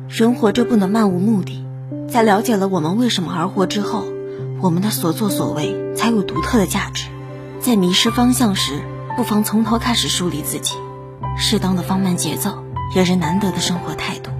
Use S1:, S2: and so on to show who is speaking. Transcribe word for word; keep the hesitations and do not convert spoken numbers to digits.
S1: 人活着不能漫无目的，在了解了我们为什么而活之后，我们的所作所为才有独特的价值。在迷失方向时，不妨从头开始梳理自己，适当的放慢节奏，也是难得的生活态度。